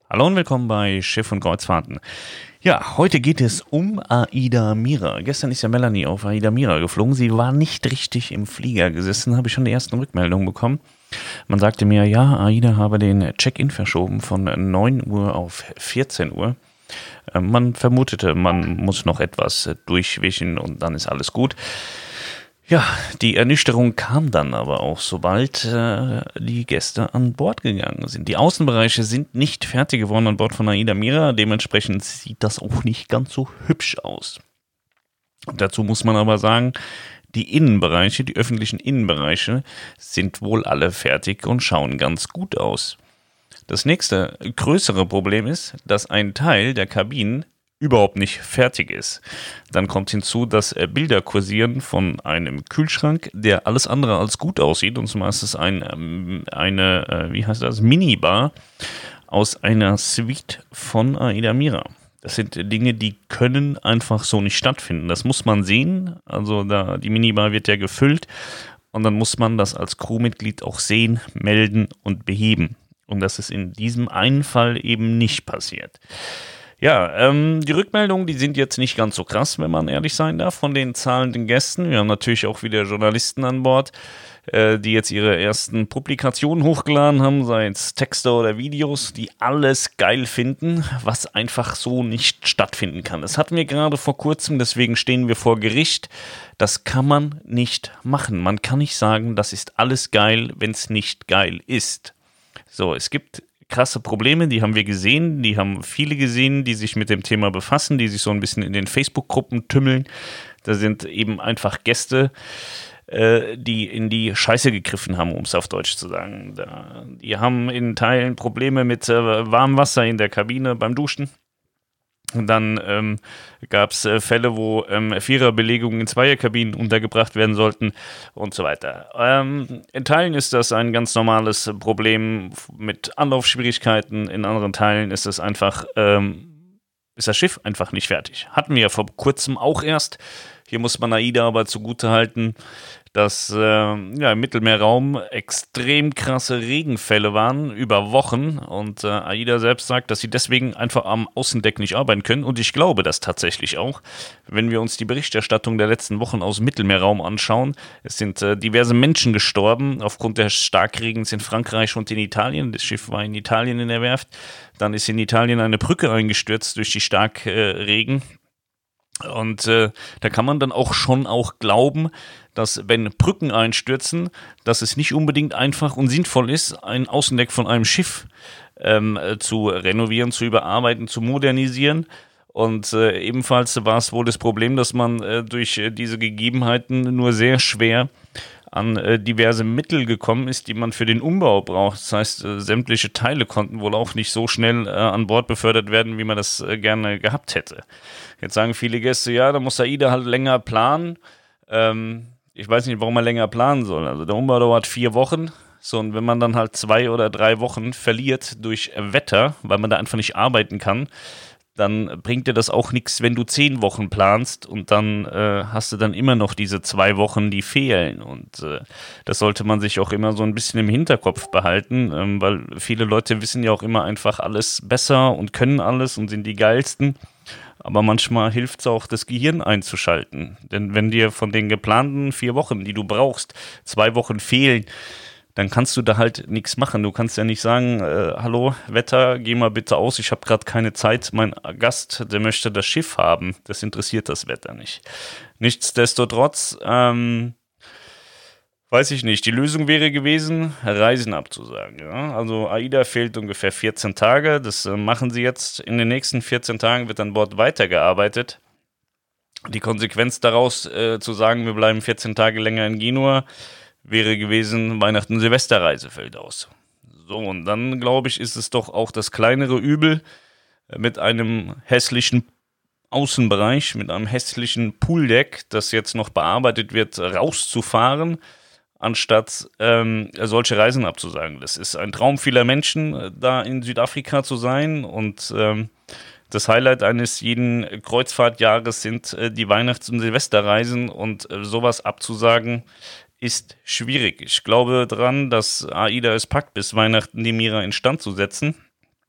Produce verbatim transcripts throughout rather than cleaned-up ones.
Hallo und willkommen bei Schiff und Kreuzfahrten. Ja, heute geht es um Aida Mira. Gestern ist ja Melanie auf Aida Mira geflogen. Sie war nicht richtig im Flieger gesessen, habe ich schon die ersten Rückmeldungen bekommen. Man sagte mir, ja, Aida habe den Check-in verschoben von neun Uhr auf vierzehn Uhr. Man vermutete, man muss noch etwas durchwischen und dann ist alles gut. Ja, die Ernüchterung kam dann aber auch, sobald äh, die Gäste an Bord gegangen sind. Die Außenbereiche sind nicht fertig geworden an Bord von Aida Mira, dementsprechend sieht das auch nicht ganz so hübsch aus. Dazu muss man aber sagen, die Innenbereiche, die öffentlichen Innenbereiche sind wohl alle fertig und schauen ganz gut aus. Das nächste größere Problem ist, dass ein Teil der Kabinen überhaupt nicht fertig ist. Dann kommt hinzu, dass Bilder kursieren von einem Kühlschrank, der alles andere als gut aussieht. Und zwar ist es ein, eine, wie heißt das, Minibar aus einer Suite von Aida Mira. Das sind Dinge, die können einfach so nicht stattfinden. Das muss man sehen. Also da, die Minibar wird ja gefüllt und dann muss man das als Crewmitglied auch sehen, melden und beheben. Und das ist in diesem einen Fall eben nicht passiert. Ja, ähm, die Rückmeldungen, die sind jetzt nicht ganz so krass, wenn man ehrlich sein darf, von den zahlenden Gästen. Wir haben natürlich auch wieder Journalisten an Bord, äh, die jetzt ihre ersten Publikationen hochgeladen haben, sei es Texte oder Videos, die alles geil finden, was einfach so nicht stattfinden kann. Das hatten wir gerade vor kurzem, deswegen stehen wir vor Gericht. Das kann man nicht machen. Man kann nicht sagen, das ist alles geil, wenn es nicht geil ist. So, es gibt krasse Probleme, die haben wir gesehen, die haben viele gesehen, die sich mit dem Thema befassen, die sich so ein bisschen in den Facebook-Gruppen tümmeln. Da sind eben einfach Gäste, äh, die in die Scheiße gegriffen haben, um es auf Deutsch zu sagen. Da, die haben in Teilen Probleme mit äh, warmem Wasser in der Kabine beim Duschen. Und dann ähm, gab es äh, Fälle, wo ähm, Viererbelegungen in Zweierkabinen untergebracht werden sollten und so weiter. Ähm, in Teilen ist das ein ganz normales Problem mit Anlaufschwierigkeiten. In anderen Teilen ist es einfach, ähm, ist das Schiff einfach nicht fertig. Hatten wir ja vor kurzem auch erst. Hier muss man Aida aber zugutehalten, dass äh, ja, im Mittelmeerraum extrem krasse Regenfälle waren über Wochen und äh, Aida selbst sagt, dass sie deswegen einfach am Außendeck nicht arbeiten können und ich glaube das tatsächlich auch. Wenn wir uns die Berichterstattung der letzten Wochen aus dem Mittelmeerraum anschauen, es sind äh, diverse Menschen gestorben aufgrund des Starkregens in Frankreich und in Italien. Das Schiff war in Italien in der Werft. Dann ist in Italien eine Brücke eingestürzt durch die Starkregen. Und äh, da kann man dann auch schon auch glauben, dass wenn Brücken einstürzen, dass es nicht unbedingt einfach und sinnvoll ist, ein Außendeck von einem Schiff ähm, zu renovieren, zu überarbeiten, zu modernisieren. Und äh, ebenfalls war es wohl das Problem, dass man äh, durch äh, diese Gegebenheiten nur sehr schwer an äh, diverse Mittel gekommen ist, die man für den Umbau braucht. Das heißt, äh, sämtliche Teile konnten wohl auch nicht so schnell äh, an Bord befördert werden, wie man das äh, gerne gehabt hätte. Jetzt sagen viele Gäste, ja, da muss Aida halt länger planen. Ähm, ich weiß nicht, warum man länger planen soll. Also der Umbau dauert vier Wochen. So, und wenn man dann halt zwei oder drei Wochen verliert durch Wetter, weil man da einfach nicht arbeiten kann, dann bringt dir das auch nichts, wenn du zehn Wochen planst und dann äh, hast du dann immer noch diese zwei Wochen, die fehlen. Und äh, das sollte man sich auch immer so ein bisschen im Hinterkopf behalten, ähm, weil viele Leute wissen ja auch immer einfach alles besser und können alles und sind die Geilsten. Aber manchmal hilft es auch, das Gehirn einzuschalten. Denn wenn dir von den geplanten vier Wochen, die du brauchst, zwei Wochen fehlen, dann kannst du da halt nichts machen. Du kannst ja nicht sagen, äh, hallo Wetter, geh mal bitte aus, ich habe gerade keine Zeit, mein Gast, der möchte das Schiff haben. Das interessiert das Wetter nicht. Nichtsdestotrotz, ähm, weiß ich nicht, die Lösung wäre gewesen, Reisen abzusagen. Ja? Also Aida fehlt ungefähr vierzehn Tage, das äh, machen sie jetzt. In den nächsten vierzehn Tagen wird an Bord weitergearbeitet. Die Konsequenz daraus, äh, zu sagen, wir bleiben vierzehn Tage länger in Genua, wäre gewesen, Weihnachten, Silvesterreise fällt aus. So, und dann, glaube ich, ist es doch auch das kleinere Übel, mit einem hässlichen Außenbereich, mit einem hässlichen Pooldeck, das jetzt noch bearbeitet wird, rauszufahren, anstatt ähm, solche Reisen abzusagen. Das ist ein Traum vieler Menschen, da in Südafrika zu sein und ähm, das Highlight eines jeden Kreuzfahrtjahres sind äh, die Weihnachts- und Silvesterreisen und äh, sowas abzusagen, ist schwierig. Ich glaube daran, dass Aida es packt, bis Weihnachten die Mira instand zu setzen.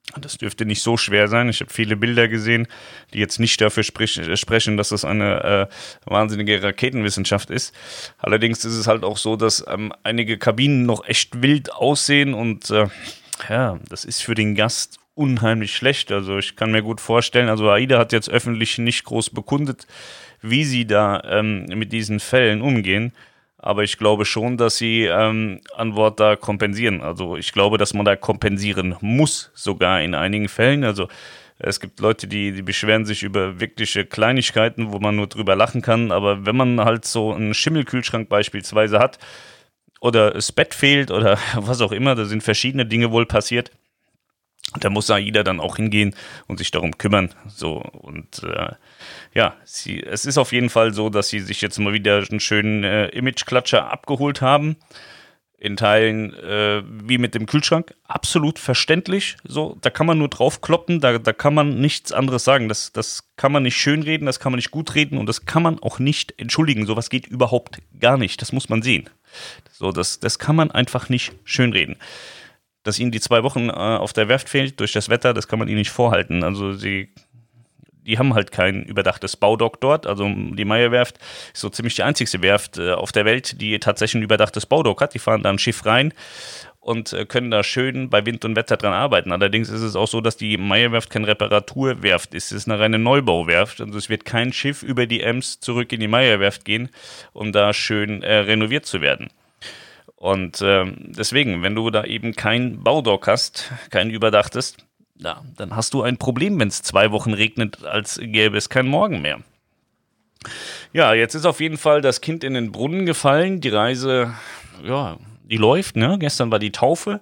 Das dürfte nicht so schwer sein. Ich habe viele Bilder gesehen, die jetzt nicht dafür sprich, sprechen, dass das eine äh, wahnsinnige Raketenwissenschaft ist. Allerdings ist es halt auch so, dass ähm, einige Kabinen noch echt wild aussehen und äh, ja, das ist für den Gast unheimlich schlecht. Also ich kann mir gut vorstellen, also AIDA hat jetzt öffentlich nicht groß bekundet, wie sie da ähm, mit diesen Fällen umgehen. Aber ich glaube schon, dass sie ähm, an Bord da kompensieren. Also ich glaube, dass man da kompensieren muss, sogar in einigen Fällen. Also es gibt Leute, die, die beschweren sich über wirkliche Kleinigkeiten, wo man nur drüber lachen kann. Aber wenn man halt so einen Schimmelkühlschrank beispielsweise hat oder das Bett fehlt oder was auch immer, da sind verschiedene Dinge wohl passiert. Da muss AIDA dann auch hingehen und sich darum kümmern. So, und äh, ja, sie, es ist auf jeden Fall so, dass sie sich jetzt mal wieder einen schönen äh, Imageklatscher abgeholt haben. In Teilen äh, wie mit dem Kühlschrank. Absolut verständlich. So, da kann man nur drauf kloppen, da, da kann man nichts anderes sagen. Das, das kann man nicht schönreden, das kann man nicht gut reden und das kann man auch nicht entschuldigen. Sowas geht überhaupt gar nicht. Das muss man sehen. So, das, das kann man einfach nicht schönreden. Dass ihnen die zwei Wochen äh, auf der Werft fehlt durch das Wetter, das kann man ihnen nicht vorhalten. Also sie, die haben halt kein überdachtes Baudock dort. Also die Meyer-Werft ist so ziemlich die einzigste Werft äh, auf der Welt, die tatsächlich ein überdachtes Baudock hat. Die fahren da ein Schiff rein und äh, können da schön bei Wind und Wetter dran arbeiten. Allerdings ist es auch so, dass die Meyer-Werft keine Reparaturwerft ist. Es ist eine reine Neubauwerft. Also es wird kein Schiff über die Ems zurück in die Meyer-Werft gehen, um da schön äh, renoviert zu werden. Und äh, deswegen, wenn du da eben kein Baudock hast, kein überdachtes, ja, dann hast du ein Problem, wenn es zwei Wochen regnet, als gäbe es keinen Morgen mehr. Ja, jetzt ist auf jeden Fall das Kind in den Brunnen gefallen. Die Reise, ja, die läuft, ne? Gestern war die Taufe.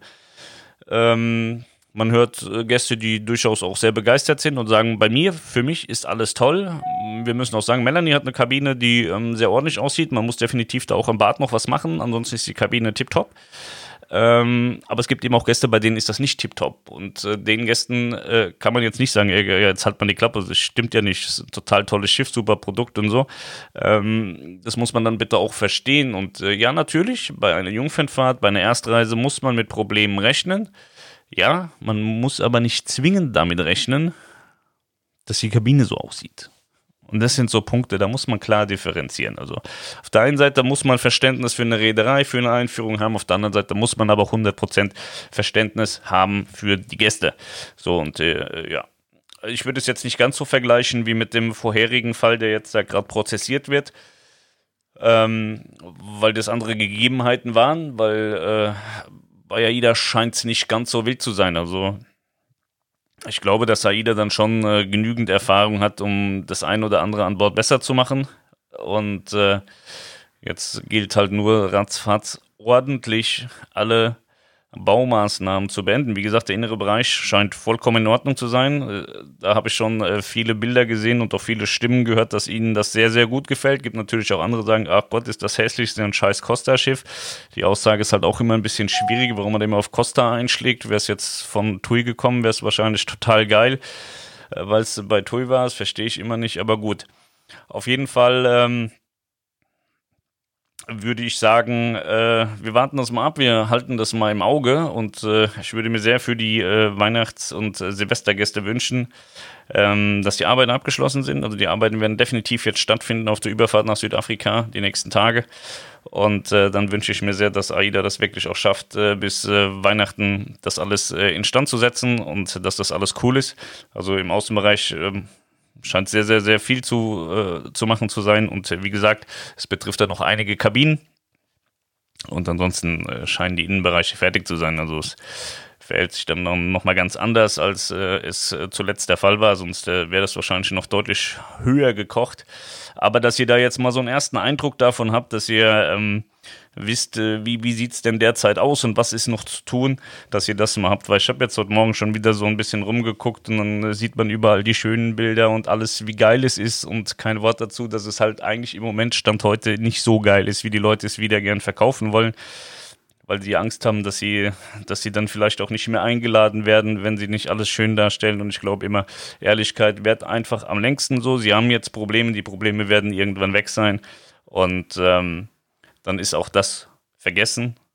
Ähm, man hört äh, Gäste, die durchaus auch sehr begeistert sind und sagen, bei mir, für mich ist alles toll. Wir müssen auch sagen, Melanie hat eine Kabine, die ähm, sehr ordentlich aussieht. Man muss definitiv da auch im Bad noch was machen, ansonsten ist die Kabine tipptopp. Ähm, aber es gibt eben auch Gäste, bei denen ist das nicht tipptopp. Und äh, den Gästen äh, kann man jetzt nicht sagen, ey, jetzt halt man die Klappe, das stimmt ja nicht, das ist ein total tolles Schiff, super Produkt und so. Ähm, das muss man dann bitte auch verstehen. Und äh, ja, natürlich, bei einer Jungfernfahrt, bei einer Erstreise muss man mit Problemen rechnen. Ja, man muss aber nicht zwingend damit rechnen, dass die Kabine so aussieht. Und das sind so Punkte, da muss man klar differenzieren. Also auf der einen Seite muss man Verständnis für eine Reederei, für eine Einführung haben, auf der anderen Seite muss man aber auch hundert Prozent Verständnis haben für die Gäste. So und äh, ja, ich würde es jetzt nicht ganz so vergleichen wie mit dem vorherigen Fall, der jetzt da gerade prozessiert wird, ähm, weil das andere Gegebenheiten waren, weil äh, bei AIDA scheint es nicht ganz so wild zu sein. Also ich glaube, dass AIDA dann schon äh, genügend Erfahrung hat, um das ein oder andere an Bord besser zu machen. Und äh, jetzt gilt halt nur ratzfatz ordentlich alle Baumaßnahmen zu beenden. Wie gesagt, der innere Bereich scheint vollkommen in Ordnung zu sein. Da habe ich schon äh, viele Bilder gesehen und auch viele Stimmen gehört, dass ihnen das sehr, sehr gut gefällt. Gibt natürlich auch andere, die sagen, ach Gott, ist das hässlich, ist ja ein scheiß Costa-Schiff. Die Aussage ist halt auch immer ein bisschen schwierig, warum man immer auf Costa einschlägt. Wäre es jetzt von Tui gekommen, wäre es wahrscheinlich total geil, äh, weil es bei Tui war, das verstehe ich immer nicht, aber gut. Auf jeden Fall ähm, würde ich sagen, äh, wir warten das mal ab, wir halten das mal im Auge und äh, ich würde mir sehr für die äh, Weihnachts- und äh, Silvestergäste wünschen, ähm, dass die Arbeiten abgeschlossen sind. Also die Arbeiten werden definitiv jetzt stattfinden auf der Überfahrt nach Südafrika die nächsten Tage und äh, dann wünsche ich mir sehr, dass AIDA das wirklich auch schafft, äh, bis äh, Weihnachten das alles äh, instand zu setzen und dass das alles cool ist. Also im Außenbereich äh, scheint sehr, sehr, sehr viel zu, äh, zu machen zu sein. Und äh, wie gesagt, es betrifft dann noch einige Kabinen. Und ansonsten äh, scheinen die Innenbereiche fertig zu sein. Also es verhält sich dann noch mal ganz anders, als äh, es äh, zuletzt der Fall war. Sonst äh, wäre das wahrscheinlich noch deutlich höher gekocht. Aber dass ihr da jetzt mal so einen ersten Eindruck davon habt, dass ihr ähm, wisst, äh, wie, wie sieht es denn derzeit aus und was ist noch zu tun, dass ihr das mal habt. Weil ich habe jetzt heute Morgen schon wieder so ein bisschen rumgeguckt und dann äh, sieht man überall die schönen Bilder und alles, wie geil es ist und kein Wort dazu, dass es halt eigentlich im Moment Stand heute nicht so geil ist, wie die Leute es wieder gern verkaufen wollen. Weil sie Angst haben, dass sie, dass sie dann vielleicht auch nicht mehr eingeladen werden, wenn sie nicht alles schön darstellen. Und ich glaube immer, Ehrlichkeit währt einfach am längsten so. Sie haben jetzt Probleme, die Probleme werden irgendwann weg sein. Und ähm, dann ist auch das vergessen.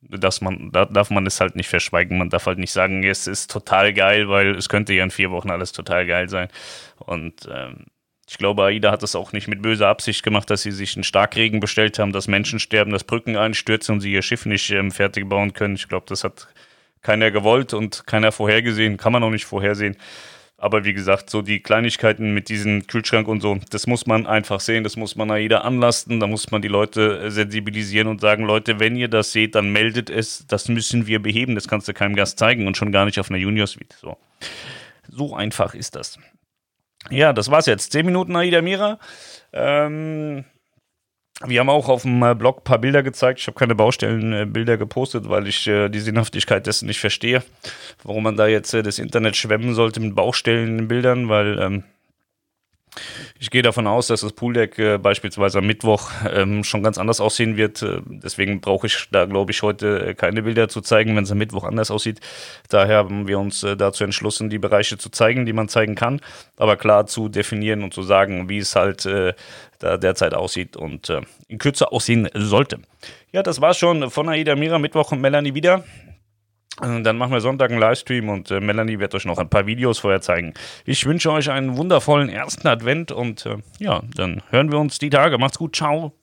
dass man, da darf man es halt nicht verschweigen. Man darf halt nicht sagen, es ist total geil, weil es könnte ja in vier Wochen alles total geil sein. Und ähm, ich glaube, AIDA hat das auch nicht mit böser Absicht gemacht, dass sie sich einen Starkregen bestellt haben, dass Menschen sterben, dass Brücken einstürzen und sie ihr Schiff nicht ähm, fertig bauen können. Ich glaube, das hat keiner gewollt und keiner vorhergesehen, kann man auch nicht vorhersehen. Aber wie gesagt, so die Kleinigkeiten mit diesem Kühlschrank und so, das muss man einfach sehen, das muss man AIDA anlasten, da muss man die Leute sensibilisieren und sagen, Leute, wenn ihr das seht, dann meldet es, das müssen wir beheben, das kannst du keinem Gast zeigen und schon gar nicht auf einer Junior Suite. So, so einfach ist das. Ja, das war's jetzt. Zehn Minuten AIDA Mira. Ähm... Wir haben auch auf dem Blog ein paar Bilder gezeigt. Ich habe keine Baustellenbilder gepostet, weil ich äh, die Sinnhaftigkeit dessen nicht verstehe, warum man da jetzt äh, das Internet schwemmen sollte mit Baustellenbildern, weil ähm, ich gehe davon aus, dass das Pooldeck äh, beispielsweise am Mittwoch ähm, schon ganz anders aussehen wird. Äh, deswegen brauche ich da, glaube ich, heute äh, keine Bilder zu zeigen, wenn es am Mittwoch anders aussieht. Daher haben wir uns äh, dazu entschlossen, die Bereiche zu zeigen, die man zeigen kann, aber klar zu definieren und zu sagen, wie es halt äh, da derzeit aussieht und äh, in Kürze aussehen sollte. Ja, das war's schon von AIDA Mira, Mittwoch und Melanie wieder. Dann machen wir Sonntag einen Livestream und äh, Melanie wird euch noch ein paar Videos vorher zeigen. Ich wünsche euch einen wundervollen ersten Advent und äh, ja, dann hören wir uns die Tage. Macht's gut, ciao.